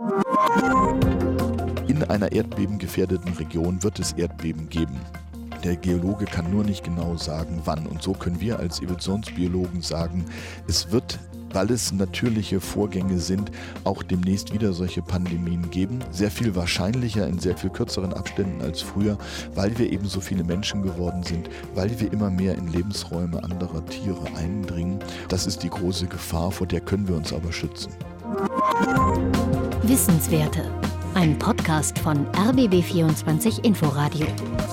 In einer erdbebengefährdeten Region wird es Erdbeben geben. Der Geologe kann nur nicht genau sagen, wann. Und so können wir als Evolutionsbiologen sagen, es wird, weil es natürliche Vorgänge sind, auch demnächst wieder solche Pandemien geben. Sehr viel wahrscheinlicher, in sehr viel kürzeren Abständen als früher, weil wir eben so viele Menschen geworden sind, weil wir immer mehr in Lebensräume anderer Tiere eindringen. Das ist die große Gefahr, vor der können wir uns aber schützen. Wissenswerte. Ein Podcast von RBB24 Inforadio.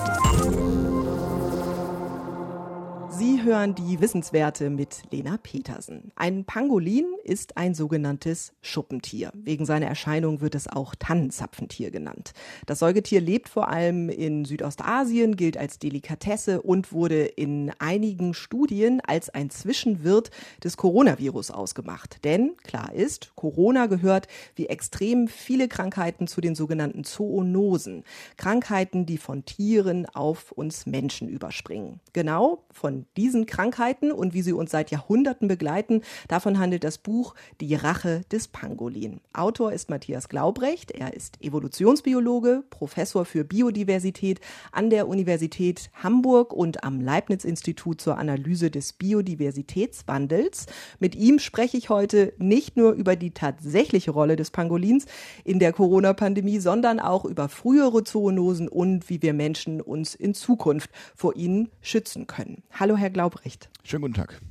Sie hören die Wissenswerte mit Lena Petersen. Ein Pangolin ist ein sogenanntes Schuppentier. Wegen seiner Erscheinung wird es auch Tannenzapfentier genannt. Das Säugetier lebt vor allem in Südostasien, gilt als Delikatesse und wurde in einigen Studien als ein Zwischenwirt des Coronavirus ausgemacht. Denn klar ist, Corona gehört wie extrem viele Krankheiten zu den sogenannten Zoonosen. Krankheiten, die von Tieren auf uns Menschen überspringen. Genau von diesen Krankheiten und wie sie uns seit Jahrhunderten begleiten, davon handelt das Buch Die Rache des Pangolin. Autor ist Matthias Glaubrecht. Er ist Evolutionsbiologe, Professor für Biodiversität an der Universität Hamburg und am Leibniz-Institut zur Analyse des Biodiversitätswandels. Mit ihm spreche ich heute nicht nur über die tatsächliche Rolle des Pangolins in der Corona-Pandemie, sondern auch über frühere Zoonosen und wie wir Menschen uns in Zukunft vor ihnen schützen können. Hallo, Herr Glaubrecht. Schönen guten Tag.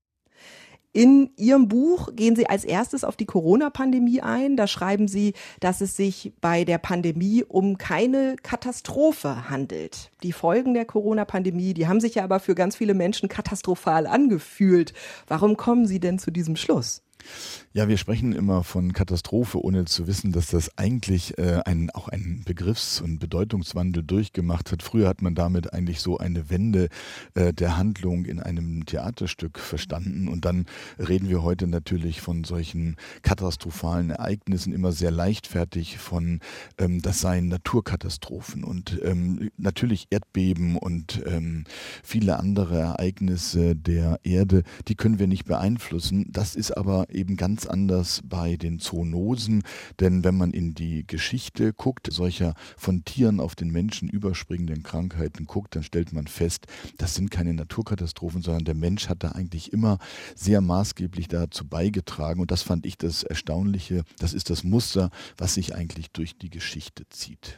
In Ihrem Buch gehen Sie als erstes auf die Corona-Pandemie ein. Da schreiben Sie, dass es sich bei der Pandemie um keine Katastrophe handelt. Die Folgen der Corona-Pandemie, die haben sich ja aber für ganz viele Menschen katastrophal angefühlt. Warum kommen Sie denn zu diesem Schluss? Ja, wir sprechen immer von Katastrophe, ohne zu wissen, dass das eigentlich auch einen Begriffs- und Bedeutungswandel durchgemacht hat. Früher hat man damit eigentlich so eine Wende der Handlung in einem Theaterstück verstanden. Und dann reden wir heute natürlich von solchen katastrophalen Ereignissen immer sehr leichtfertig von, das seien Naturkatastrophen und natürlich Erdbeben und viele andere Ereignisse der Erde, die können wir nicht beeinflussen. Das ist aber eben ganz anders bei den Zoonosen, denn wenn man in die Geschichte guckt, solcher von Tieren auf den Menschen überspringenden Krankheiten guckt, dann stellt man fest, das sind keine Naturkatastrophen, sondern der Mensch hat da eigentlich immer sehr maßgeblich dazu beigetragen und das fand ich das Erstaunliche, das ist das Muster, was sich eigentlich durch die Geschichte zieht.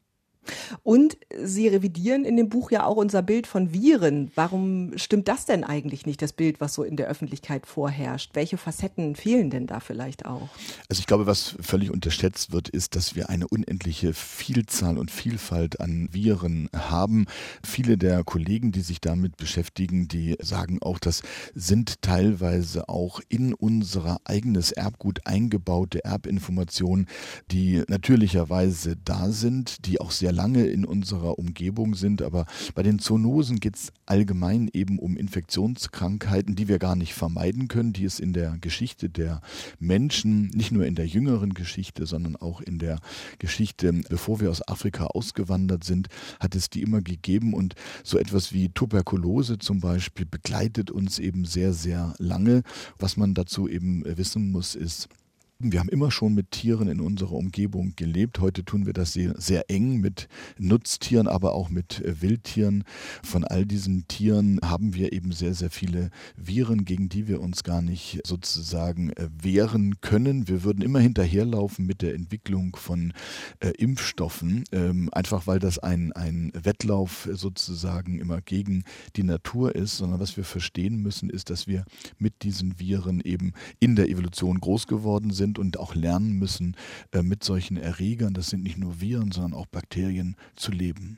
Und Sie revidieren in dem Buch ja auch unser Bild von Viren. Warum stimmt das denn eigentlich nicht, das Bild, was so in der Öffentlichkeit vorherrscht? Welche Facetten fehlen denn da vielleicht auch? Also ich glaube, was völlig unterschätzt wird, ist, dass wir eine unendliche Vielzahl und Vielfalt an Viren haben. Viele der Kollegen, die sich damit beschäftigen, die sagen auch, das sind teilweise auch in unser eigenes Erbgut eingebaute Erbinformationen, die natürlicherweise da sind, die auch sehr lange in unserer Umgebung sind, aber bei den Zoonosen geht es allgemein eben um Infektionskrankheiten, die wir gar nicht vermeiden können, die es in der Geschichte der Menschen, nicht nur in der jüngeren Geschichte, sondern auch in der Geschichte, bevor wir aus Afrika ausgewandert sind, hat es die immer gegeben und so etwas wie Tuberkulose zum Beispiel begleitet uns eben sehr, sehr lange. Was man dazu eben wissen muss, ist, wir haben immer schon mit Tieren in unserer Umgebung gelebt. Heute tun wir das sehr, sehr eng mit Nutztieren, aber auch mit Wildtieren. Von all diesen Tieren haben wir eben sehr, sehr viele Viren, gegen die wir uns gar nicht sozusagen wehren können. Wir würden immer hinterherlaufen mit der Entwicklung von Impfstoffen, einfach weil das ein Wettlauf sozusagen immer gegen die Natur ist, sondern was wir verstehen müssen, ist, dass wir mit diesen Viren eben in der Evolution groß geworden sind und auch lernen müssen, mit solchen Erregern, das sind nicht nur Viren, sondern auch Bakterien, zu leben.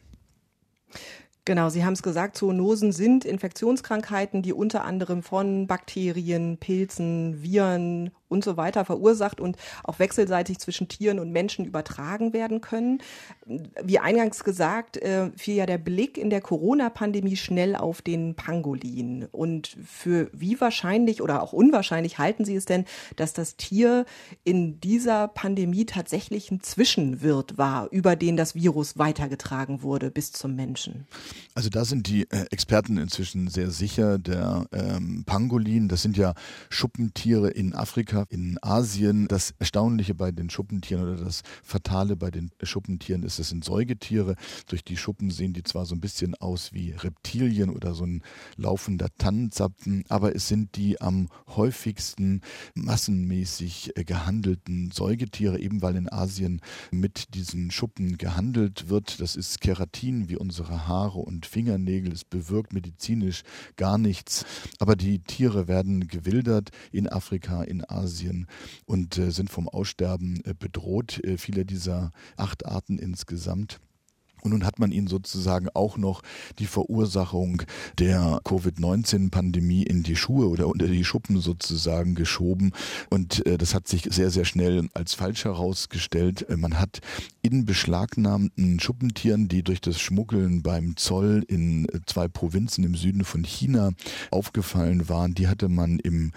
Genau, Sie haben es gesagt, Zoonosen sind Infektionskrankheiten, die unter anderem von Bakterien, Pilzen, Viren und so weiter verursacht und auch wechselseitig zwischen Tieren und Menschen übertragen werden können. Wie eingangs gesagt, fiel ja der Blick in der Corona-Pandemie schnell auf den Pangolin. Und für wie wahrscheinlich oder auch unwahrscheinlich halten Sie es denn, dass das Tier in dieser Pandemie tatsächlich ein Zwischenwirt war, über den das Virus weitergetragen wurde bis zum Menschen? Also da sind die Experten inzwischen sehr sicher. Der Pangolin, das sind ja Schuppentiere in Afrika, Afrika, in Asien. Das Erstaunliche bei den Schuppentieren oder das Fatale bei den Schuppentieren ist, es sind Säugetiere. Durch die Schuppen sehen die zwar so ein bisschen aus wie Reptilien oder so ein laufender Tannenzapfen, aber es sind die am häufigsten massenmäßig gehandelten Säugetiere, eben weil in Asien mit diesen Schuppen gehandelt wird. Das ist Keratin wie unsere Haare und Fingernägel. Es bewirkt medizinisch gar nichts. Aber die Tiere werden gewildert in Afrika, in Asien und sind vom Aussterben bedroht. Viele dieser 8 Arten insgesamt. Und nun hat man ihnen sozusagen auch noch die Verursachung der Covid-19-Pandemie in die Schuhe oder unter die Schuppen sozusagen geschoben. Und das hat sich sehr, sehr schnell als falsch herausgestellt. Man hat in beschlagnahmten Schuppentieren, die durch das Schmuggeln beim Zoll in 2 Provinzen im Süden von China aufgefallen waren, die hatte man im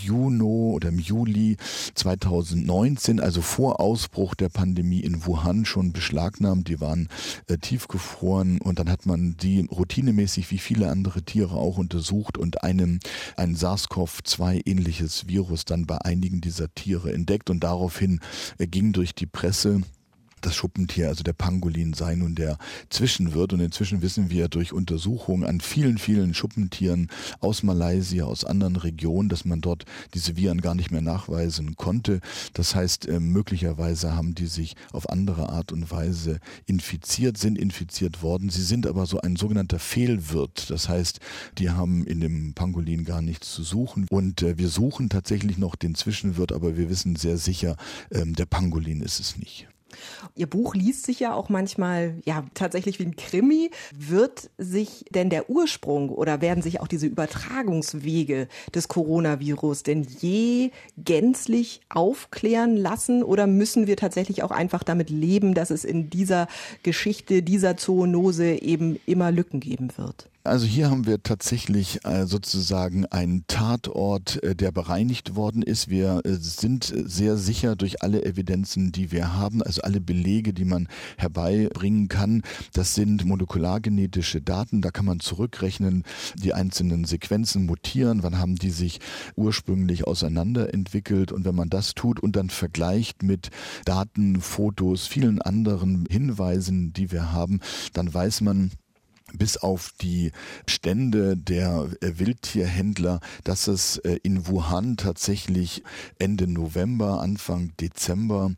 Juli 2019, also vor Ausbruch der Pandemie in Wuhan, schon beschlagnahmt. Die waren tiefgefroren und dann hat man die routinemäßig wie viele andere Tiere auch untersucht und ein SARS-CoV-2 ähnliches Virus dann bei einigen dieser Tiere entdeckt und daraufhin ging durch die Presse, das Schuppentier, also der Pangolin, sei nun der Zwischenwirt. Und inzwischen wissen wir durch Untersuchungen an vielen, vielen Schuppentieren aus Malaysia, aus anderen Regionen, dass man dort diese Viren gar nicht mehr nachweisen konnte. Das heißt, möglicherweise haben die sich auf andere Art und Weise sind infiziert worden. Sie sind aber so ein sogenannter Fehlwirt. Das heißt, die haben in dem Pangolin gar nichts zu suchen. Und wir suchen tatsächlich noch den Zwischenwirt, aber wir wissen sehr sicher, der Pangolin ist es nicht. Ihr Buch liest sich ja auch manchmal tatsächlich wie ein Krimi. Wird sich denn der Ursprung oder werden sich auch diese Übertragungswege des Coronavirus denn je gänzlich aufklären lassen oder müssen wir tatsächlich auch einfach damit leben, dass es in dieser Geschichte, dieser Zoonose eben immer Lücken geben wird? Also hier haben wir tatsächlich sozusagen einen Tatort, der bereinigt worden ist. Wir sind sehr sicher durch alle Evidenzen, die wir haben, also alle Belege, die man herbeibringen kann. Das sind molekulargenetische Daten, da kann man zurückrechnen, die einzelnen Sequenzen mutieren, wann haben die sich ursprünglich auseinanderentwickelt. Und wenn man das tut und dann vergleicht mit Daten, Fotos, vielen anderen Hinweisen, die wir haben, dann weiß man, bis auf die Stände der Wildtierhändler, dass es in Wuhan tatsächlich Ende November, Anfang Dezember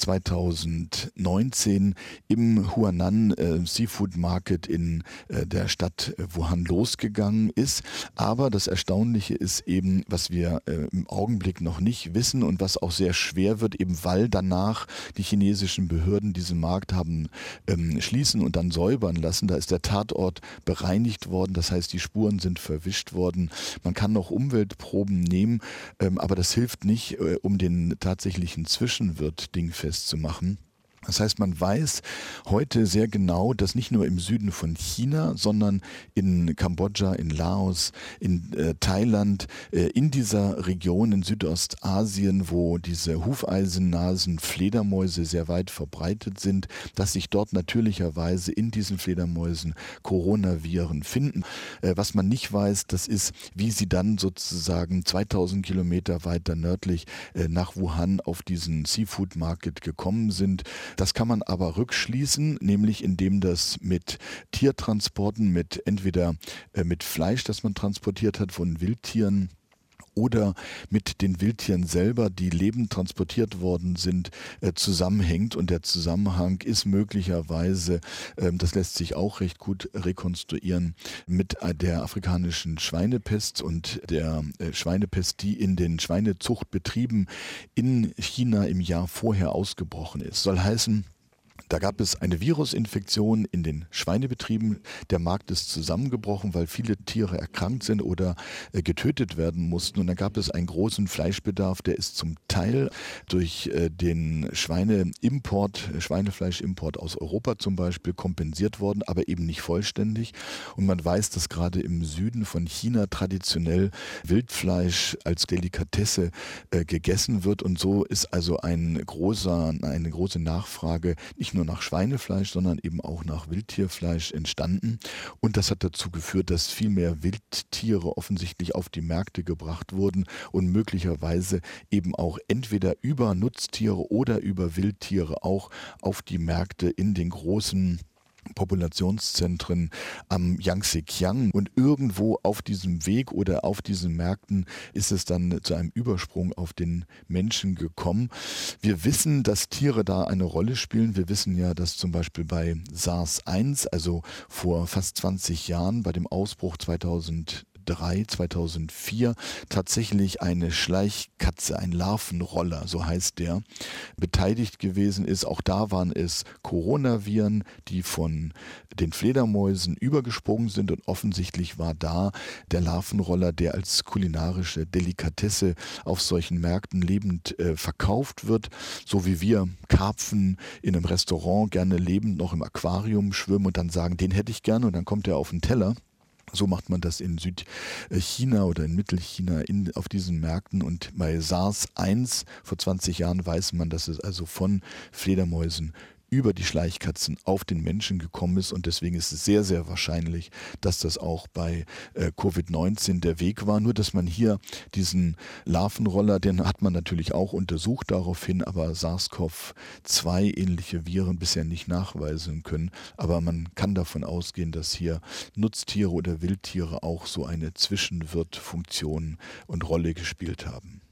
2019 im Huanan Seafood Market in der Stadt Wuhan losgegangen ist. Aber das Erstaunliche ist eben, was wir im Augenblick noch nicht wissen und was auch sehr schwer wird, eben weil danach die chinesischen Behörden diesen Markt haben schließen und dann säubern lassen. Da ist der Tatort bereinigt worden, das heißt, die Spuren sind verwischt worden. Man kann noch Umweltproben nehmen, aber das hilft nicht, um den tatsächlichen Zwischenwirt dingfest zu machen. Das heißt, man weiß heute sehr genau, dass nicht nur im Süden von China, sondern in Kambodscha, in Laos, in Thailand, in dieser Region in Südostasien, wo diese Hufeisennasen-Fledermäuse sehr weit verbreitet sind, dass sich dort natürlicherweise in diesen Fledermäusen Coronaviren finden. Was man nicht weiß, das ist, wie sie dann sozusagen 2000 Kilometer weiter nördlich nach Wuhan auf diesen Seafood Market gekommen sind. Das kann man aber rückschließen, nämlich indem das mit Tiertransporten, entweder mit Fleisch, das man transportiert hat von Wildtieren, oder mit den Wildtieren selber, die lebend transportiert worden sind, zusammenhängt. Und der Zusammenhang ist möglicherweise, das lässt sich auch recht gut rekonstruieren, mit der afrikanischen Schweinepest und der Schweinepest, die in den Schweinezuchtbetrieben in China im Jahr vorher ausgebrochen ist. Soll heißen, da gab es eine Virusinfektion in den Schweinebetrieben. Der Markt ist zusammengebrochen, weil viele Tiere erkrankt sind oder getötet werden mussten. Und dann gab es einen großen Fleischbedarf, der ist zum Teil durch den Schweinefleischimport aus Europa zum Beispiel kompensiert worden, aber eben nicht vollständig. Und man weiß, dass gerade im Süden von China traditionell Wildfleisch als Delikatesse gegessen wird. Und so ist also eine große Nachfrage nicht nur nur nach Schweinefleisch, sondern eben auch nach Wildtierfleisch entstanden. Und das hat dazu geführt, dass viel mehr Wildtiere offensichtlich auf die Märkte gebracht wurden und möglicherweise eben auch entweder über Nutztiere oder über Wildtiere auch auf die Märkte in den großen Populationszentren am Yangtze-Kiang, und irgendwo auf diesem Weg oder auf diesen Märkten ist es dann zu einem Übersprung auf den Menschen gekommen. Wir wissen, dass Tiere da eine Rolle spielen. Wir wissen ja, dass zum Beispiel bei SARS-1, also vor fast 20 Jahren, bei dem Ausbruch 2004 tatsächlich eine Schleichkatze, ein Larvenroller, so heißt der, beteiligt gewesen ist. Auch da waren es Coronaviren, die von den Fledermäusen übergesprungen sind, und offensichtlich war da der Larvenroller, der als kulinarische Delikatesse auf solchen Märkten lebend verkauft wird, so wie wir Karpfen in einem Restaurant gerne lebend noch im Aquarium schwimmen und dann sagen, den hätte ich gerne, und dann kommt er auf den Teller. So macht man das in Südchina oder in Mittelchina auf diesen Märkten. Und bei SARS-1 vor 20 Jahren weiß man, dass es also von Fledermäusen über die Schleichkatzen auf den Menschen gekommen ist, und deswegen ist es sehr, sehr wahrscheinlich, dass das auch bei Covid-19 der Weg war. Nur, dass man hier diesen Larvenroller, den hat man natürlich auch untersucht daraufhin, aber SARS-CoV-2 ähnliche Viren bisher nicht nachweisen können. Aber man kann davon ausgehen, dass hier Nutztiere oder Wildtiere auch so eine Zwischenwirtfunktion und Rolle gespielt haben.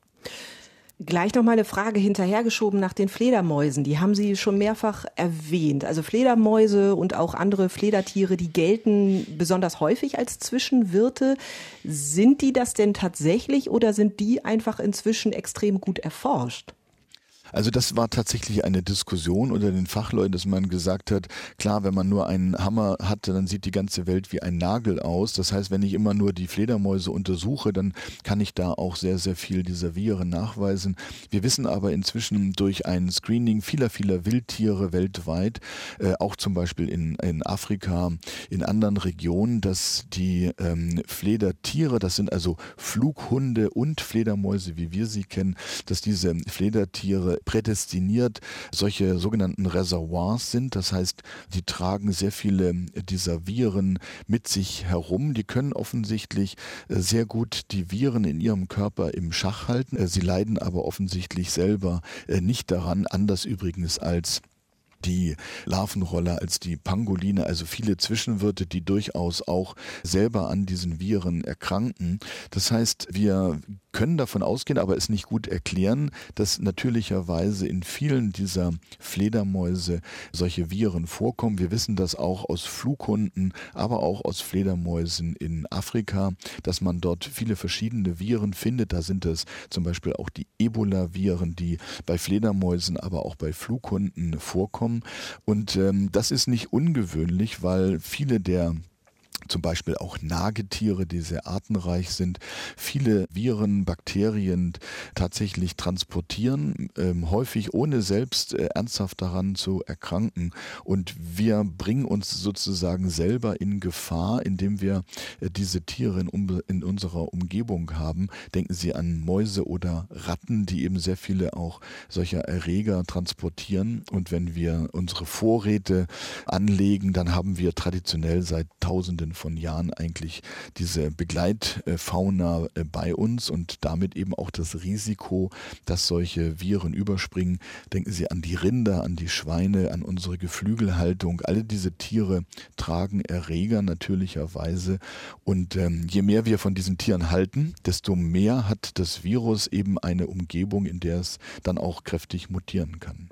Gleich noch mal eine Frage hinterhergeschoben nach den Fledermäusen. Die haben Sie schon mehrfach erwähnt. Also Fledermäuse und auch andere Fledertiere, die gelten besonders häufig als Zwischenwirte. Sind die das denn tatsächlich oder sind die einfach inzwischen extrem gut erforscht? Also das war tatsächlich eine Diskussion unter den Fachleuten, dass man gesagt hat, klar, wenn man nur einen Hammer hat, dann sieht die ganze Welt wie ein Nagel aus. Das heißt, wenn ich immer nur die Fledermäuse untersuche, dann kann ich da auch sehr, sehr viel dieser Viren nachweisen. Wir wissen aber inzwischen durch ein Screening vieler Wildtiere weltweit, auch zum Beispiel in Afrika, in anderen Regionen, dass die Fledertiere, das sind also Flughunde und Fledermäuse, wie wir sie kennen, dass diese Fledertiere prädestiniert solche sogenannten Reservoirs sind. Das heißt, die tragen sehr viele dieser Viren mit sich herum. Die können offensichtlich sehr gut die Viren in ihrem Körper im Schach halten. Sie leiden aber offensichtlich selber nicht daran, anders übrigens als die Larvenroller, als die Pangoline, also viele Zwischenwirte, die durchaus auch selber an diesen Viren erkranken. Das heißt, wir können davon ausgehen, aber es nicht gut erklären, dass natürlicherweise in vielen dieser Fledermäuse solche Viren vorkommen. Wir wissen das auch aus Flughunden, aber auch aus Fledermäusen in Afrika, dass man dort viele verschiedene Viren findet. Da sind es zum Beispiel auch die Ebola-Viren, die bei Fledermäusen, aber auch bei Flughunden vorkommen. Und das ist nicht ungewöhnlich, weil viele der zum Beispiel auch Nagetiere, die sehr artenreich sind, viele Viren, Bakterien tatsächlich transportieren, häufig ohne selbst ernsthaft daran zu erkranken. Und wir bringen uns sozusagen selber in Gefahr, indem wir diese Tiere in unserer Umgebung haben. Denken Sie an Mäuse oder Ratten, die eben sehr viele auch solcher Erreger transportieren. Und wenn wir unsere Vorräte anlegen, dann haben wir traditionell seit Tausenden von Jahren eigentlich diese Begleitfauna bei uns und damit eben auch das Risiko, dass solche Viren überspringen. Denken Sie an die Rinder, an die Schweine, an unsere Geflügelhaltung. Alle diese Tiere tragen Erreger natürlicherweise und je mehr wir von diesen Tieren halten, desto mehr hat das Virus eben eine Umgebung, in der es dann auch kräftig mutieren kann.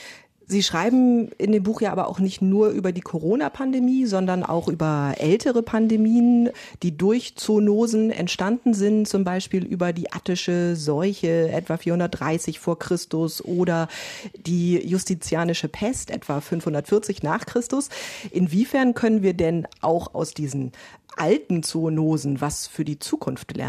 Sie schreiben in dem Buch ja aber auch nicht nur über die Corona-Pandemie, sondern auch über ältere Pandemien, die durch Zoonosen entstanden sind, zum Beispiel über die attische Seuche etwa 430 vor Christus oder die justizianische Pest etwa 540 nach Christus. Inwiefern können wir denn auch aus diesen alten Zoonosen was für die Zukunft lernen?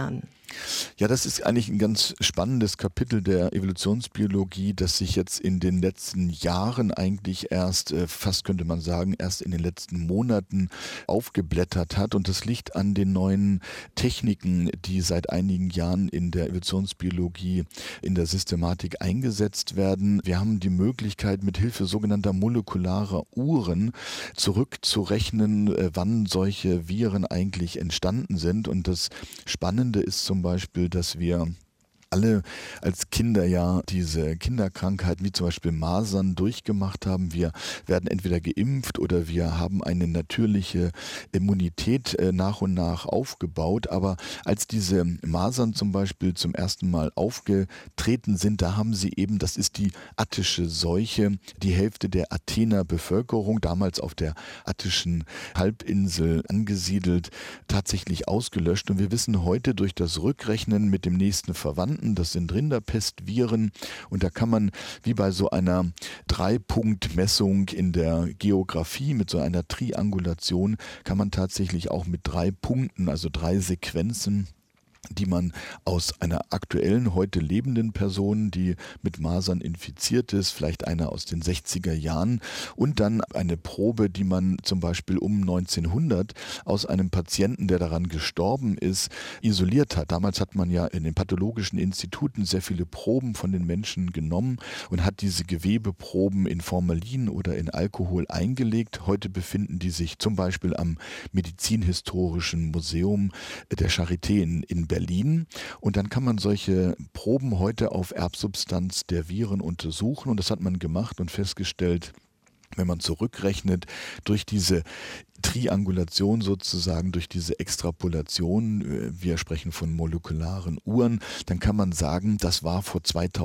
Ja, das ist eigentlich ein ganz spannendes Kapitel der Evolutionsbiologie, das sich jetzt in den letzten Jahren eigentlich erst, fast könnte man sagen, erst in den letzten Monaten aufgeblättert hat. Und das liegt an den neuen Techniken, die seit einigen Jahren in der Evolutionsbiologie in der Systematik eingesetzt werden. Wir haben die Möglichkeit, mit Hilfe sogenannter molekularer Uhren zurückzurechnen, wann solche Viren eigentlich entstanden sind. Und das Spannende ist zum Beispiel, dass wir alle als Kinder ja diese Kinderkrankheiten wie zum Beispiel Masern durchgemacht haben. Wir werden entweder geimpft oder wir haben eine natürliche Immunität nach und nach aufgebaut. Aber als diese Masern zum Beispiel zum ersten Mal aufgetreten sind, da haben sie eben, das ist die attische Seuche, die Hälfte der Athener Bevölkerung, damals auf der attischen Halbinsel angesiedelt, tatsächlich ausgelöscht. Und wir wissen heute durch das Rückrechnen mit dem nächsten Verwandten, das sind Rinderpestviren, und da kann man wie bei so einer 3-Punkt-Messung in der Geografie mit so einer Triangulation, kann man tatsächlich auch mit 3 Punkten, also 3 Sequenzen, die man aus einer aktuellen, heute lebenden Person, die mit Masern infiziert ist, vielleicht einer aus den 60er Jahren, und dann eine Probe, die man zum Beispiel um 1900 aus einem Patienten, der daran gestorben ist, isoliert hat. Damals hat man ja in den pathologischen Instituten sehr viele Proben von den Menschen genommen und hat diese Gewebeproben in Formalin oder in Alkohol eingelegt. Heute befinden die sich zum Beispiel am Medizinhistorischen Museum der Charité in Berlin, und dann kann man solche Proben heute auf Erbsubstanz der Viren untersuchen, und das hat man gemacht und festgestellt, wenn man zurückrechnet, durch diese Triangulation sozusagen, durch diese Extrapolation, wir sprechen von molekularen Uhren, dann kann man sagen, das war vor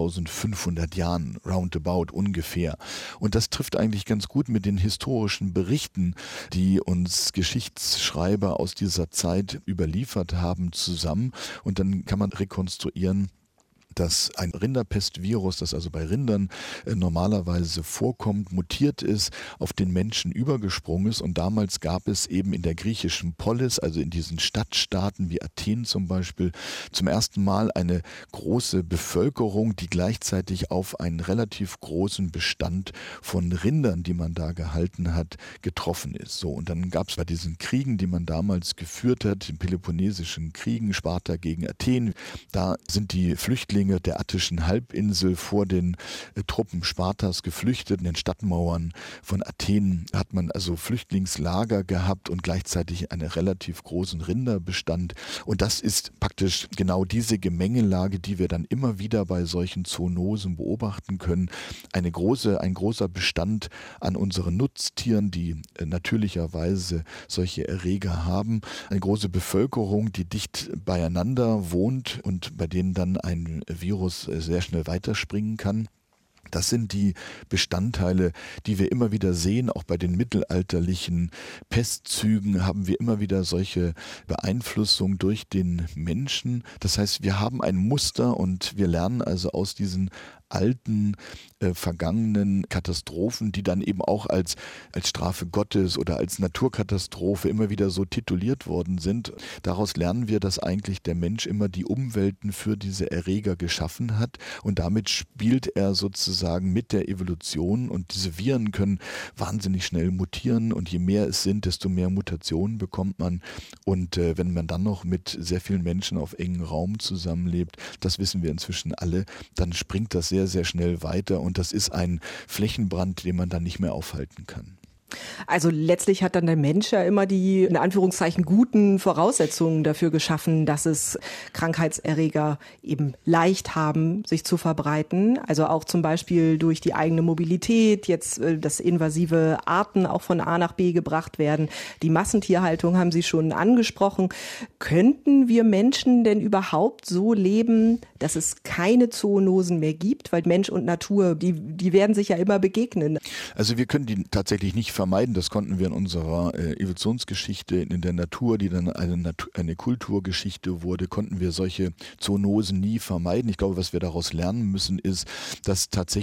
2500 Jahren, roundabout ungefähr. Und das trifft eigentlich ganz gut mit den historischen Berichten, die uns Geschichtsschreiber aus dieser Zeit überliefert haben, zusammen. Und dann kann man rekonstruieren, dass ein Rinderpestvirus, das also bei Rindern normalerweise vorkommt, mutiert ist, auf den Menschen übergesprungen ist. Und damals gab es eben in der griechischen Polis, also in diesen Stadtstaaten wie Athen zum Beispiel, zum ersten Mal eine große Bevölkerung, die gleichzeitig auf einen relativ großen Bestand von Rindern, die man da gehalten hat, getroffen ist. So, und dann gab es bei diesen Kriegen, die man damals geführt hat, den Peloponnesischen Kriegen, Sparta gegen Athen, da sind die Flüchtlinge der attischen Halbinsel vor den Truppen Spartas geflüchtet. In den Stadtmauern von Athen hat man also Flüchtlingslager gehabt und gleichzeitig einen relativ großen Rinderbestand. Und das ist praktisch genau diese Gemengelage, die wir dann immer wieder bei solchen Zoonosen beobachten können. Ein großer Bestand an unseren Nutztieren, die natürlicherweise solche Erreger haben. Eine große Bevölkerung, die dicht beieinander wohnt und bei denen dann ein Virus sehr schnell weiterspringen kann. Das sind die Bestandteile, die wir immer wieder sehen. Auch bei den mittelalterlichen Pestzügen haben wir immer wieder solche Beeinflussung durch den Menschen. Das heißt, wir haben ein Muster und wir lernen also aus diesen alten, vergangenen Katastrophen, die dann eben auch als Strafe Gottes oder als Naturkatastrophe immer wieder so tituliert worden sind. Daraus lernen wir, dass eigentlich der Mensch immer die Umwelten für diese Erreger geschaffen hat, und damit spielt er sozusagen mit der Evolution, und diese Viren können wahnsinnig schnell mutieren, und je mehr es sind, desto mehr Mutationen bekommt man. Und wenn man dann noch mit sehr vielen Menschen auf engem Raum zusammenlebt, das wissen wir inzwischen alle, dann springt das sehr, sehr schnell weiter, und das ist ein Flächenbrand, den man dann nicht mehr aufhalten kann. Also letztlich hat dann der Mensch ja immer die, in Anführungszeichen, guten Voraussetzungen dafür geschaffen, dass es Krankheitserreger eben leicht haben, sich zu verbreiten. Also auch zum Beispiel durch die eigene Mobilität, jetzt dass invasive Arten auch von A nach B gebracht werden. Die Massentierhaltung haben Sie schon angesprochen. Könnten wir Menschen denn überhaupt so leben, dass es keine Zoonosen mehr gibt? Weil Mensch und Natur, die werden sich ja immer begegnen. Also wir können die tatsächlich nicht vermeiden. Das konnten wir in unserer Evolutionsgeschichte in der Natur, die dann eine Kulturgeschichte wurde, konnten wir solche Zoonosen nie vermeiden. Ich glaube, was wir daraus lernen müssen, ist, dass tatsächlich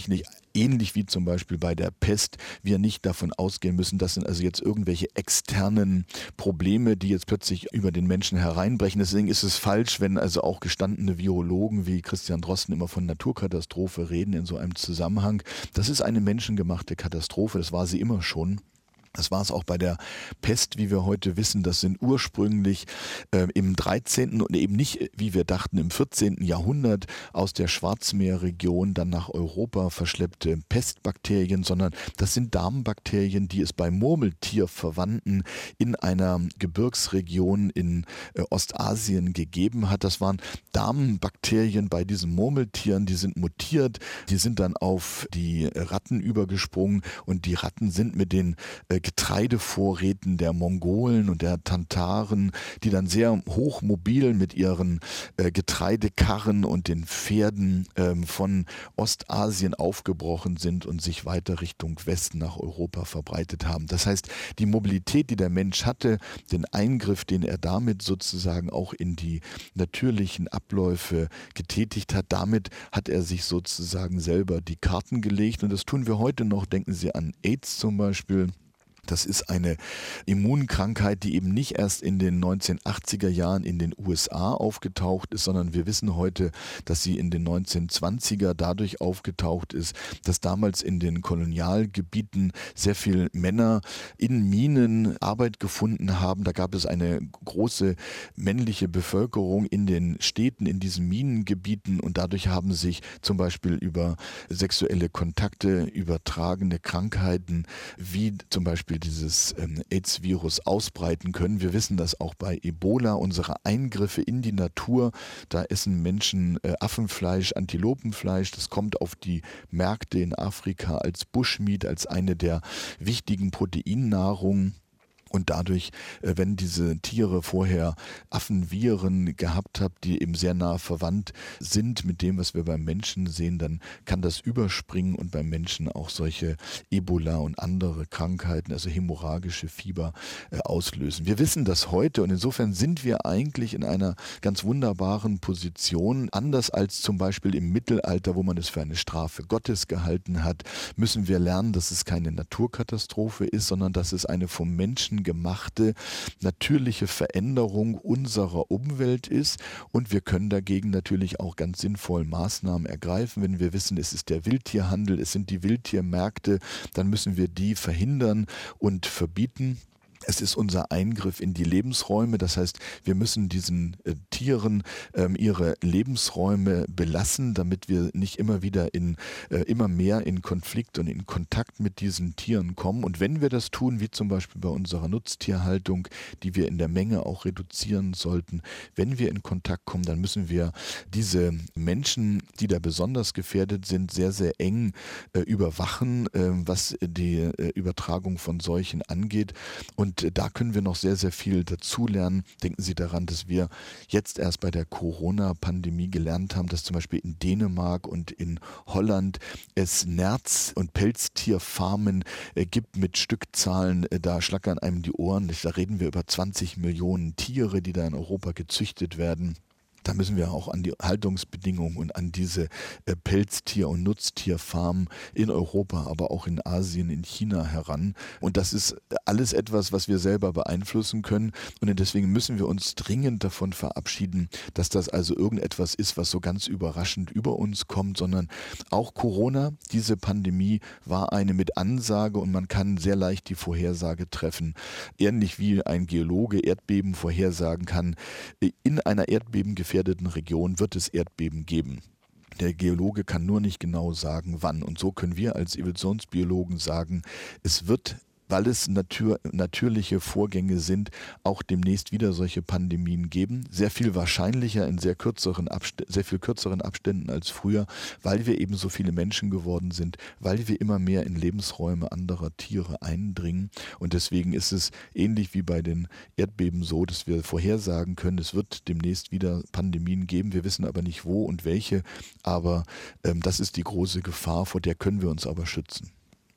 ähnlich wie zum Beispiel bei der Pest, wir nicht davon ausgehen müssen, das sind also jetzt irgendwelche externen Probleme, die jetzt plötzlich über den Menschen hereinbrechen. Deswegen ist es falsch, wenn also auch gestandene Virologen wie Christian Drosten immer von Naturkatastrophe reden in so einem Zusammenhang. Das ist eine menschengemachte Katastrophe, das war sie immer schon. Das war es auch bei der Pest, wie wir heute wissen. Das sind ursprünglich im 13. und eben nicht, wie wir dachten, im 14. Jahrhundert aus der Schwarzmeerregion dann nach Europa verschleppte Pestbakterien, sondern das sind Darmbakterien, die es bei Murmeltierverwandten in einer Gebirgsregion in Ostasien gegeben hat. Das waren Darmbakterien bei diesen Murmeltieren, die sind mutiert, die sind dann auf die Ratten übergesprungen und die Ratten sind mit den Getreidevorräten der Mongolen und der Tantaren, die dann sehr hochmobil mit ihren Getreidekarren und den Pferden von Ostasien aufgebrochen sind und sich weiter Richtung Westen nach Europa verbreitet haben. Das heißt, die Mobilität, die der Mensch hatte, den Eingriff, den er damit sozusagen auch in die natürlichen Abläufe getätigt hat, damit hat er sich sozusagen selber die Karten gelegt. Und das tun wir heute noch. Denken Sie an AIDS zum Beispiel. Das ist eine Immunkrankheit, die eben nicht erst in den 1980er Jahren in den USA aufgetaucht ist, sondern wir wissen heute, dass sie in den 1920er dadurch aufgetaucht ist, dass damals in den Kolonialgebieten sehr viele Männer in Minen Arbeit gefunden haben. Da gab es eine große männliche Bevölkerung in den Städten, in diesen Minengebieten und dadurch haben sich zum Beispiel über sexuelle Kontakte übertragene Krankheiten wie zum Beispiel dieses AIDS-Virus ausbreiten können. Wir wissen das auch bei Ebola, unsere Eingriffe in die Natur, da essen Menschen Affenfleisch, Antilopenfleisch, das kommt auf die Märkte in Afrika als Bushmeat, als eine der wichtigen Proteinnahrungen. Und dadurch, wenn diese Tiere vorher Affenviren gehabt haben, die eben sehr nah verwandt sind mit dem, was wir beim Menschen sehen, dann kann das überspringen und beim Menschen auch solche Ebola und andere Krankheiten, also hämorrhagische Fieber auslösen. Wir wissen das heute und insofern sind wir eigentlich in einer ganz wunderbaren Position. Anders als zum Beispiel im Mittelalter, wo man es für eine Strafe Gottes gehalten hat, müssen wir lernen, dass es keine Naturkatastrophe ist, sondern dass es eine vom Menschen gemachte natürliche Veränderung unserer Umwelt ist und wir können dagegen natürlich auch ganz sinnvoll Maßnahmen ergreifen. Wenn wir wissen, es ist der Wildtierhandel, es sind die Wildtiermärkte, dann müssen wir die verhindern und verbieten. Es ist unser Eingriff in die Lebensräume, das heißt, wir müssen diesen Tieren ihre Lebensräume belassen, damit wir nicht immer wieder immer mehr in Konflikt und in Kontakt mit diesen Tieren kommen. Und wenn wir das tun, wie zum Beispiel bei unserer Nutztierhaltung, die wir in der Menge auch reduzieren sollten, wenn wir in Kontakt kommen, dann müssen wir diese Menschen, die da besonders gefährdet sind, sehr, sehr eng überwachen, was die Übertragung von Seuchen angeht. Und da können wir noch sehr, sehr viel dazulernen. Denken Sie daran, dass wir jetzt erst bei der Corona-Pandemie gelernt haben, dass zum Beispiel in Dänemark und in Holland es Nerz- und Pelztierfarmen gibt mit Stückzahlen, da schlackern einem die Ohren. Da reden wir über 20 Millionen Tiere, die da in Europa gezüchtet werden. Da müssen wir auch an die Haltungsbedingungen und an diese Pelztier- und Nutztierfarmen in Europa, aber auch in Asien, in China heran. Und das ist alles etwas, was wir selber beeinflussen können. Und deswegen müssen wir uns dringend davon verabschieden, dass das also irgendetwas ist, was so ganz überraschend über uns kommt, sondern auch Corona, diese Pandemie, war eine mit Ansage und man kann sehr leicht die Vorhersage treffen. Ähnlich wie ein Geologe Erdbeben vorhersagen kann, in einer erdbebengefährdeten Region wird es Erdbeben geben. Der Geologe kann nur nicht genau sagen, wann. Und so können wir als Evolutionsbiologen sagen, es wird, weil es natürliche Vorgänge sind, auch demnächst wieder solche Pandemien geben. Sehr viel wahrscheinlicher in sehr viel kürzeren Abständen als früher, weil wir eben so viele Menschen geworden sind, weil wir immer mehr in Lebensräume anderer Tiere eindringen. Und deswegen ist es ähnlich wie bei den Erdbeben so, dass wir vorhersagen können, es wird demnächst wieder Pandemien geben. Wir wissen aber nicht wo und welche. Aber das ist die große Gefahr, vor der können wir uns aber schützen.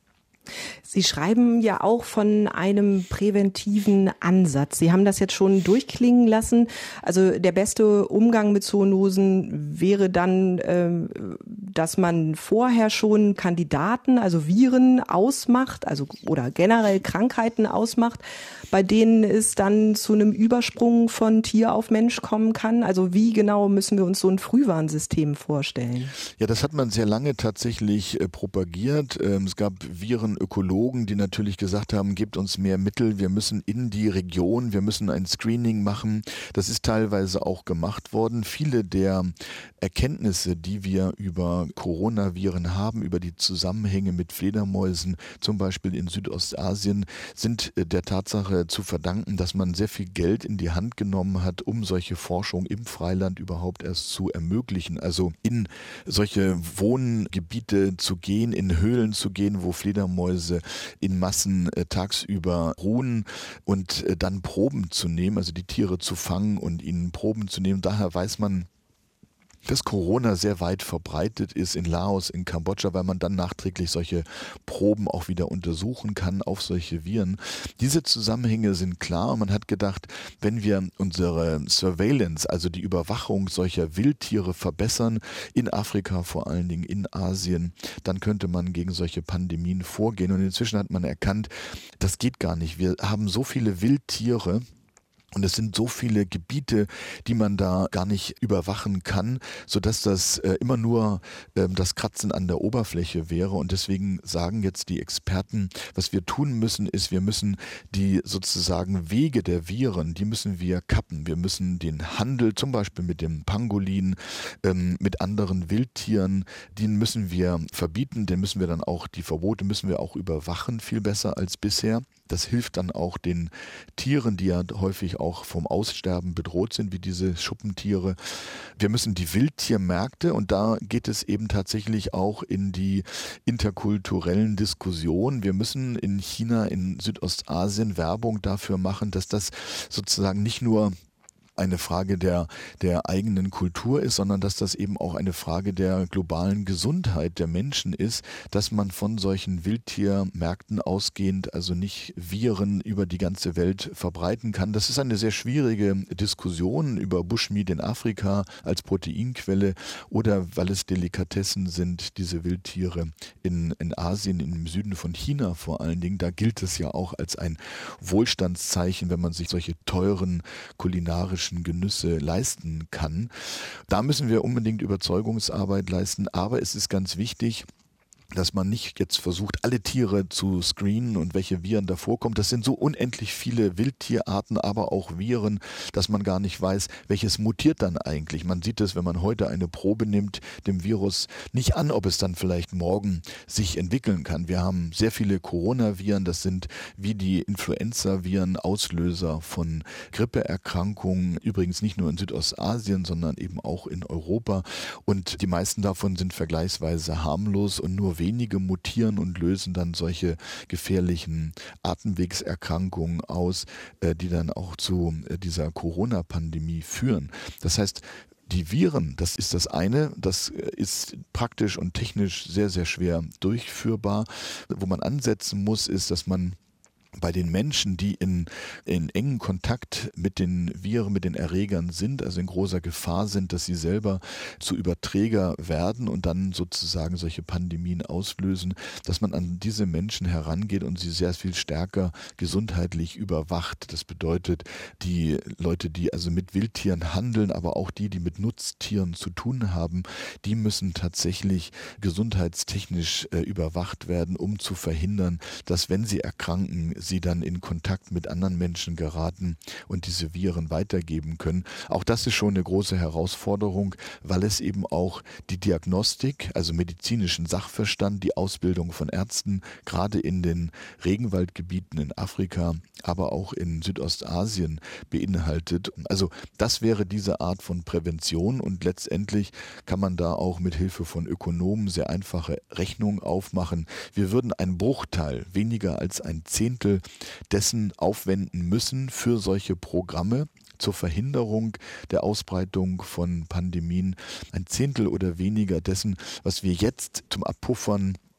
Sie schreiben ja auch von einem präventiven Ansatz. Sie haben das jetzt schon durchklingen lassen. Also der beste Umgang mit Zoonosen wäre dann, dass man vorher schon Kandidaten, also Viren ausmacht, also oder generell Krankheiten ausmacht, bei denen es dann zu einem Übersprung von Tier auf Mensch kommen kann. Also wie genau müssen wir uns so ein Frühwarnsystem vorstellen? Ja, das hat man sehr lange tatsächlich propagiert. Es gab Virenökologen, die natürlich gesagt haben, gebt uns mehr Mittel, wir müssen in die Region, wir müssen ein Screening machen. Das ist teilweise auch gemacht worden. Viele der Erkenntnisse, die wir über Coronaviren haben, über die Zusammenhänge mit Fledermäusen, zum Beispiel in Südostasien, sind der Tatsache zu verdanken, dass man sehr viel Geld in die Hand genommen hat, um solche Forschung im Freiland überhaupt erst zu ermöglichen. Also in solche Wohngebiete zu gehen, in Höhlen zu gehen, wo Fledermäuse in Massen tagsüber ruhen und dann Proben zu nehmen, also die Tiere zu fangen und ihnen Proben zu nehmen. Daher weiß man, dass Corona sehr weit verbreitet ist in Laos, in Kambodscha, weil man dann nachträglich solche Proben auch wieder untersuchen kann auf solche Viren. Diese Zusammenhänge sind klar. Man hat gedacht, wenn wir unsere Surveillance, also die Überwachung solcher Wildtiere verbessern, in Afrika vor allen Dingen, in Asien, dann könnte man gegen solche Pandemien vorgehen. Und inzwischen hat man erkannt, das geht gar nicht. Wir haben so viele Wildtiere, und es sind so viele Gebiete, die man da gar nicht überwachen kann, sodass das immer nur das Kratzen an der Oberfläche wäre. Und deswegen sagen jetzt die Experten, was wir tun müssen, ist, wir müssen die sozusagen Wege der Viren, die müssen wir kappen. Wir müssen den Handel, zum Beispiel mit dem Pangolin, mit anderen Wildtieren, den müssen wir verbieten, den müssen wir dann auch, die Verbote müssen wir auch überwachen, viel besser als bisher. Das hilft dann auch den Tieren, die ja häufig auch vom Aussterben bedroht sind, wie diese Schuppentiere. Wir müssen die Wildtiermärkte, und da geht es eben tatsächlich auch in die interkulturellen Diskussionen. Wir müssen in China, in Südostasien Werbung dafür machen, dass das sozusagen nicht nur eine Frage der eigenen Kultur ist, sondern dass das eben auch eine Frage der globalen Gesundheit der Menschen ist, dass man von solchen Wildtiermärkten ausgehend also nicht Viren über die ganze Welt verbreiten kann. Das ist eine sehr schwierige Diskussion über Bushmeat in Afrika als Proteinquelle oder weil es Delikatessen sind, diese Wildtiere in Asien, im Süden von China vor allen Dingen. Da gilt es ja auch als ein Wohlstandszeichen, wenn man sich solche teuren kulinarischen Genüsse leisten kann. Da müssen wir unbedingt Überzeugungsarbeit leisten, aber es ist ganz wichtig, dass man nicht jetzt versucht, alle Tiere zu screenen und welche Viren da vorkommen. Das sind so unendlich viele Wildtierarten, aber auch Viren, dass man gar nicht weiß, welches mutiert dann eigentlich. Man sieht es, wenn man heute eine Probe nimmt, dem Virus nicht an, ob es dann vielleicht morgen sich entwickeln kann. Wir haben sehr viele Coronaviren, das sind wie die Influenza-Viren Auslöser von Grippeerkrankungen, übrigens nicht nur in Südostasien, sondern eben auch in Europa. Und die meisten davon sind vergleichsweise harmlos und nur wenige mutieren und lösen dann solche gefährlichen Atemwegserkrankungen aus, die dann auch zu dieser Corona-Pandemie führen. Das heißt, die Viren, das ist das eine, das ist praktisch und technisch sehr, sehr schwer durchführbar. Wo man ansetzen muss, ist, dass man bei den Menschen, die in engen Kontakt mit den Viren, mit den Erregern sind, also in großer Gefahr sind, dass sie selber zu Überträger werden und dann sozusagen solche Pandemien auslösen, dass man an diese Menschen herangeht und sie sehr viel stärker gesundheitlich überwacht. Das bedeutet, die Leute, die also mit Wildtieren handeln, aber auch die mit Nutztieren zu tun haben, die müssen tatsächlich gesundheitstechnisch überwacht werden, um zu verhindern, dass, wenn sie erkranken, sie dann in Kontakt mit anderen Menschen geraten und diese Viren weitergeben können. Auch das ist schon eine große Herausforderung, weil es eben auch die Diagnostik, also medizinischen Sachverstand, die Ausbildung von Ärzten, gerade in den Regenwaldgebieten in Afrika, aber auch in Südostasien beinhaltet. Also das wäre diese Art von Prävention, und letztendlich kann man da auch mit Hilfe von Ökonomen sehr einfache Rechnungen aufmachen. Wir würden einen Bruchteil, weniger als ein Zehntel dessen aufwenden müssen für solche Programme zur Verhinderung der Ausbreitung von Pandemien. Ein Zehntel oder weniger dessen, was wir jetzt zum Abpuffern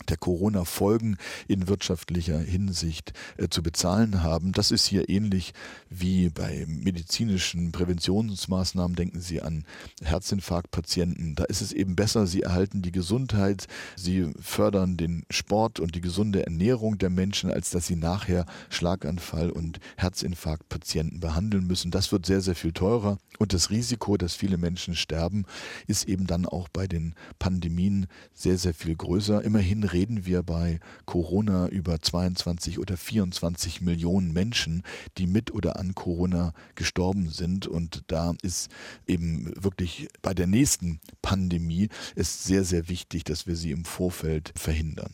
der Corona-Folgen in wirtschaftlicher Hinsicht zu bezahlen haben. Das ist hier ähnlich wie bei medizinischen Präventionsmaßnahmen. Denken Sie an Herzinfarktpatienten. Da ist es eben besser, Sie erhalten die Gesundheit, Sie fördern den Sport und die gesunde Ernährung der Menschen, als dass Sie nachher Schlaganfall- und Herzinfarktpatienten behandeln müssen. Das wird sehr, sehr viel teurer. Und das Risiko, dass viele Menschen sterben, ist eben dann auch bei den Pandemien sehr, sehr viel größer. Immerhin reden wir bei Corona über 22 oder 24 Millionen Menschen, die mit oder an Corona gestorben sind. Und da ist eben wirklich bei der nächsten Pandemie ist sehr, sehr wichtig, dass wir sie im Vorfeld verhindern.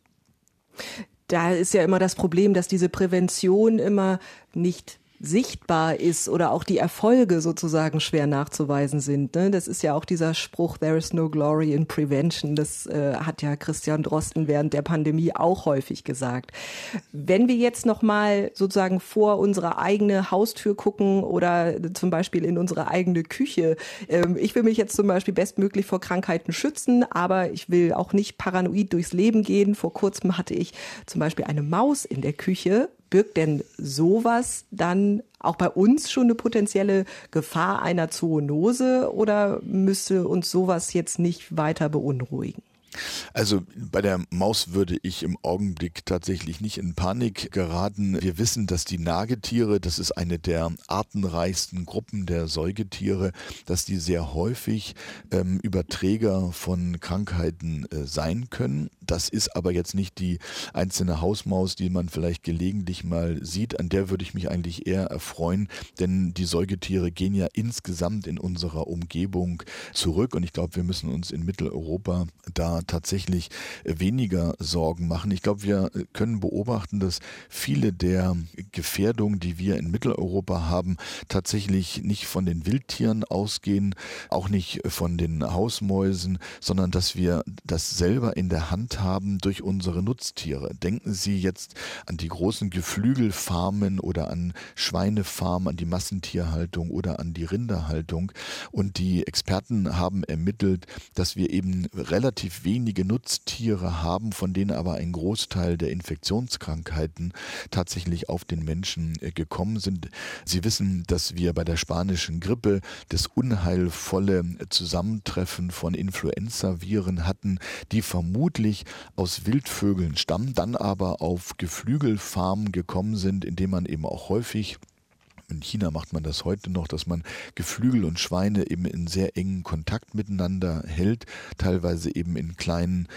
Da ist ja immer das Problem, dass diese Prävention immer nicht sichtbar ist oder auch die Erfolge sozusagen schwer nachzuweisen sind. Ne? Das ist ja auch dieser Spruch, there is no glory in prevention. Das hat ja Christian Drosten während der Pandemie auch häufig gesagt. Wenn wir jetzt nochmal sozusagen vor unsere eigene Haustür gucken oder zum Beispiel in unsere eigene Küche. Ich will mich jetzt zum Beispiel bestmöglich vor Krankheiten schützen, aber ich will auch nicht paranoid durchs Leben gehen. Vor kurzem hatte ich zum Beispiel eine Maus in der Küche. Birgt denn sowas dann auch bei uns schon eine potenzielle Gefahr einer Zoonose oder müsste uns sowas jetzt nicht weiter beunruhigen? Also bei der Maus würde ich im Augenblick tatsächlich nicht in Panik geraten. Wir wissen, dass die Nagetiere, das ist eine der artenreichsten Gruppen der Säugetiere, dass die sehr häufig Überträger von Krankheiten sein können. Das ist aber jetzt nicht die einzelne Hausmaus, die man vielleicht gelegentlich mal sieht. An der würde ich mich eigentlich eher erfreuen, denn die Säugetiere gehen ja insgesamt in unserer Umgebung zurück. Und ich glaube, wir müssen uns in Mitteleuropa da tatsächlich weniger Sorgen machen. Ich glaube, wir können beobachten, dass viele der Gefährdungen, die wir in Mitteleuropa haben, tatsächlich nicht von den Wildtieren ausgehen, auch nicht von den Hausmäusen, sondern dass wir das selber in der Hand haben durch unsere Nutztiere. Denken Sie jetzt an die großen Geflügelfarmen oder an Schweinefarmen, an die Massentierhaltung oder an die Rinderhaltung. Und die Experten haben ermittelt, dass wir eben relativ wenige Nutztiere haben, von denen aber ein Großteil der Infektionskrankheiten tatsächlich auf den Menschen gekommen sind. Sie wissen, dass wir bei der spanischen Grippe das unheilvolle Zusammentreffen von Influenzaviren hatten, die vermutlich aus Wildvögeln stammen, dann aber auf Geflügelfarmen gekommen sind, indem man eben auch häufig, in China macht man das heute noch, dass man Geflügel und Schweine eben in sehr engen Kontakt miteinander hält, teilweise eben in kleinen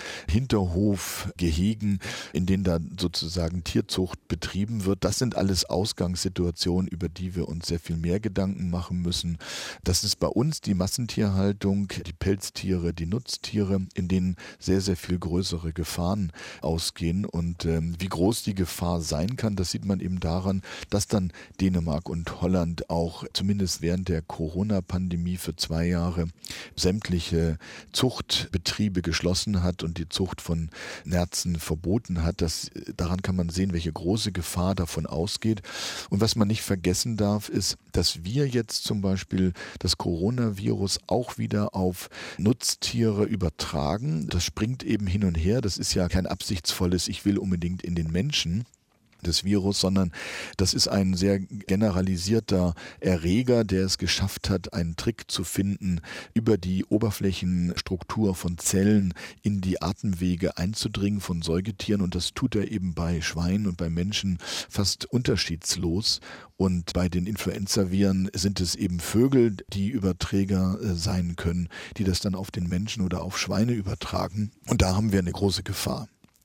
Hinterhofgehegen, in denen da sozusagen Tierzucht betrieben wird. Das sind alles Ausgangssituationen, über die wir uns sehr viel mehr Gedanken machen müssen. Das ist bei uns die Massentierhaltung, die Pelztiere, die Nutztiere, in denen sehr, sehr viel größere Gefahren ausgehen. Und wie groß die Gefahr sein kann, das sieht man eben daran, dass dann Dänemark und Holland auch zumindest während der Corona-Pandemie für 2 Jahre sämtliche Zuchtbetriebe geschlossen hat und die Zucht von Nerzen verboten hat. Daran kann man sehen, welche große Gefahr davon ausgeht. Und was man nicht vergessen darf, ist, dass wir jetzt zum Beispiel das Coronavirus auch wieder auf Nutztiere übertragen. Das springt eben hin und her. Das ist ja kein absichtsvolles, ich will unbedingt in den Menschen des Virus, sondern das ist ein sehr generalisierter Erreger, der es geschafft hat, einen Trick zu finden, über die Oberflächenstruktur von Zellen in die Atemwege einzudringen von Säugetieren, und das tut er eben bei Schweinen und bei Menschen fast unterschiedslos. Und bei den Influenzaviren sind es eben Vögel, die Überträger sein können, die das dann auf den Menschen oder auf Schweine übertragen. Und da haben wir eine große Gefahr.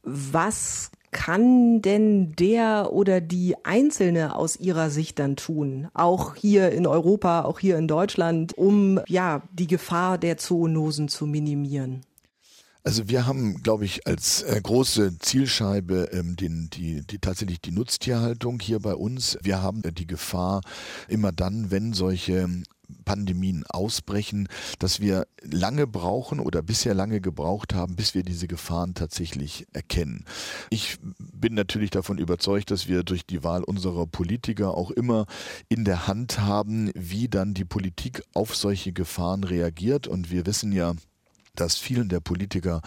Was kann denn der oder die Einzelne aus Ihrer Sicht dann tun, auch hier in Europa, auch hier in Deutschland, um die Gefahr der Zoonosen zu minimieren? Also wir haben, glaube ich, als große Zielscheibe tatsächlich die Nutztierhaltung hier bei uns. Wir haben die Gefahr immer dann, wenn solche Pandemien ausbrechen, dass wir lange brauchen oder bisher lange gebraucht haben, bis wir diese Gefahren tatsächlich erkennen. Ich bin natürlich davon überzeugt, dass wir durch die Wahl unserer Politiker auch immer in der Hand haben, wie dann die Politik auf solche Gefahren reagiert. Und wir wissen ja, dass vielen der Politiker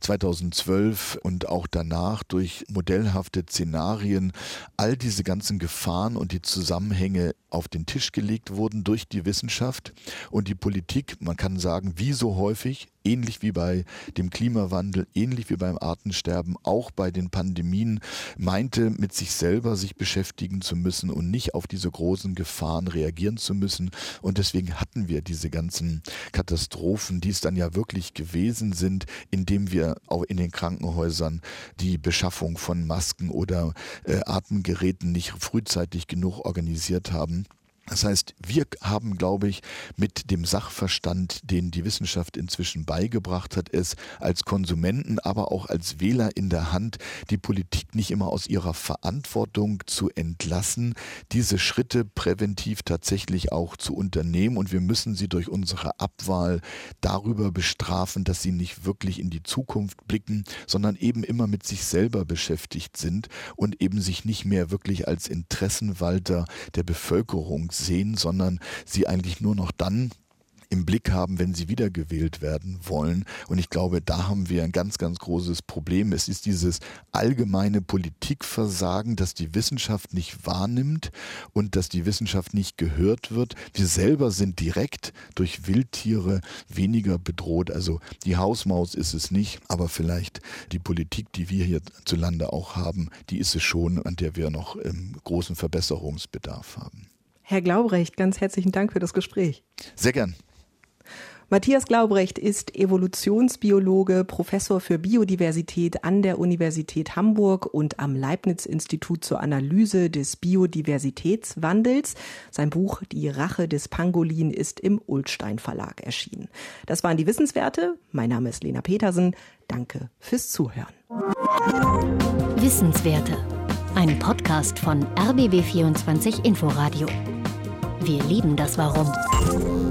2012 und auch danach durch modellhafte Szenarien all diese ganzen Gefahren und die Zusammenhänge auf den Tisch gelegt wurden durch die Wissenschaft und die Politik, man kann sagen, wie so häufig, ähnlich wie bei dem Klimawandel, ähnlich wie beim Artensterben, auch bei den Pandemien, meinte, mit sich selber sich beschäftigen zu müssen und nicht auf diese großen Gefahren reagieren zu müssen. Und deswegen hatten wir diese ganzen Katastrophen, die es dann ja wirklich gewesen sind, indem wir auch in den Krankenhäusern die Beschaffung von Masken oder Atemgeräten nicht frühzeitig genug organisiert haben. Das heißt, wir haben, glaube ich, mit dem Sachverstand, den die Wissenschaft inzwischen beigebracht hat, es als Konsumenten, aber auch als Wähler in der Hand, die Politik nicht immer aus ihrer Verantwortung zu entlassen, diese Schritte präventiv tatsächlich auch zu unternehmen. Und wir müssen sie durch unsere Abwahl darüber bestrafen, dass sie nicht wirklich in die Zukunft blicken, sondern eben immer mit sich selber beschäftigt sind und eben sich nicht mehr wirklich als Interessenwalter der Bevölkerung sehen, sondern sie eigentlich nur noch dann im Blick haben, wenn sie wiedergewählt werden wollen. Und ich glaube, da haben wir ein ganz, ganz großes Problem. Es ist dieses allgemeine Politikversagen, dass die Wissenschaft nicht wahrnimmt und dass die Wissenschaft nicht gehört wird. Wir selber sind direkt durch Wildtiere weniger bedroht. Also die Hausmaus ist es nicht, aber vielleicht die Politik, die wir hierzulande auch haben, die ist es schon, an der wir noch großen Verbesserungsbedarf haben. Herr Glaubrecht, ganz herzlichen Dank für das Gespräch. Sehr gern. Matthias Glaubrecht ist Evolutionsbiologe, Professor für Biodiversität an der Universität Hamburg und am Leibniz-Institut zur Analyse des Biodiversitätswandels. Sein Buch Die Rache des Pangolin ist im Ullstein Verlag erschienen. Das waren die Wissenswerte. Mein Name ist Lena Petersen. Danke fürs Zuhören. Wissenswerte. Ein Podcast von RBB 24 Inforadio. Wir lieben das Warum.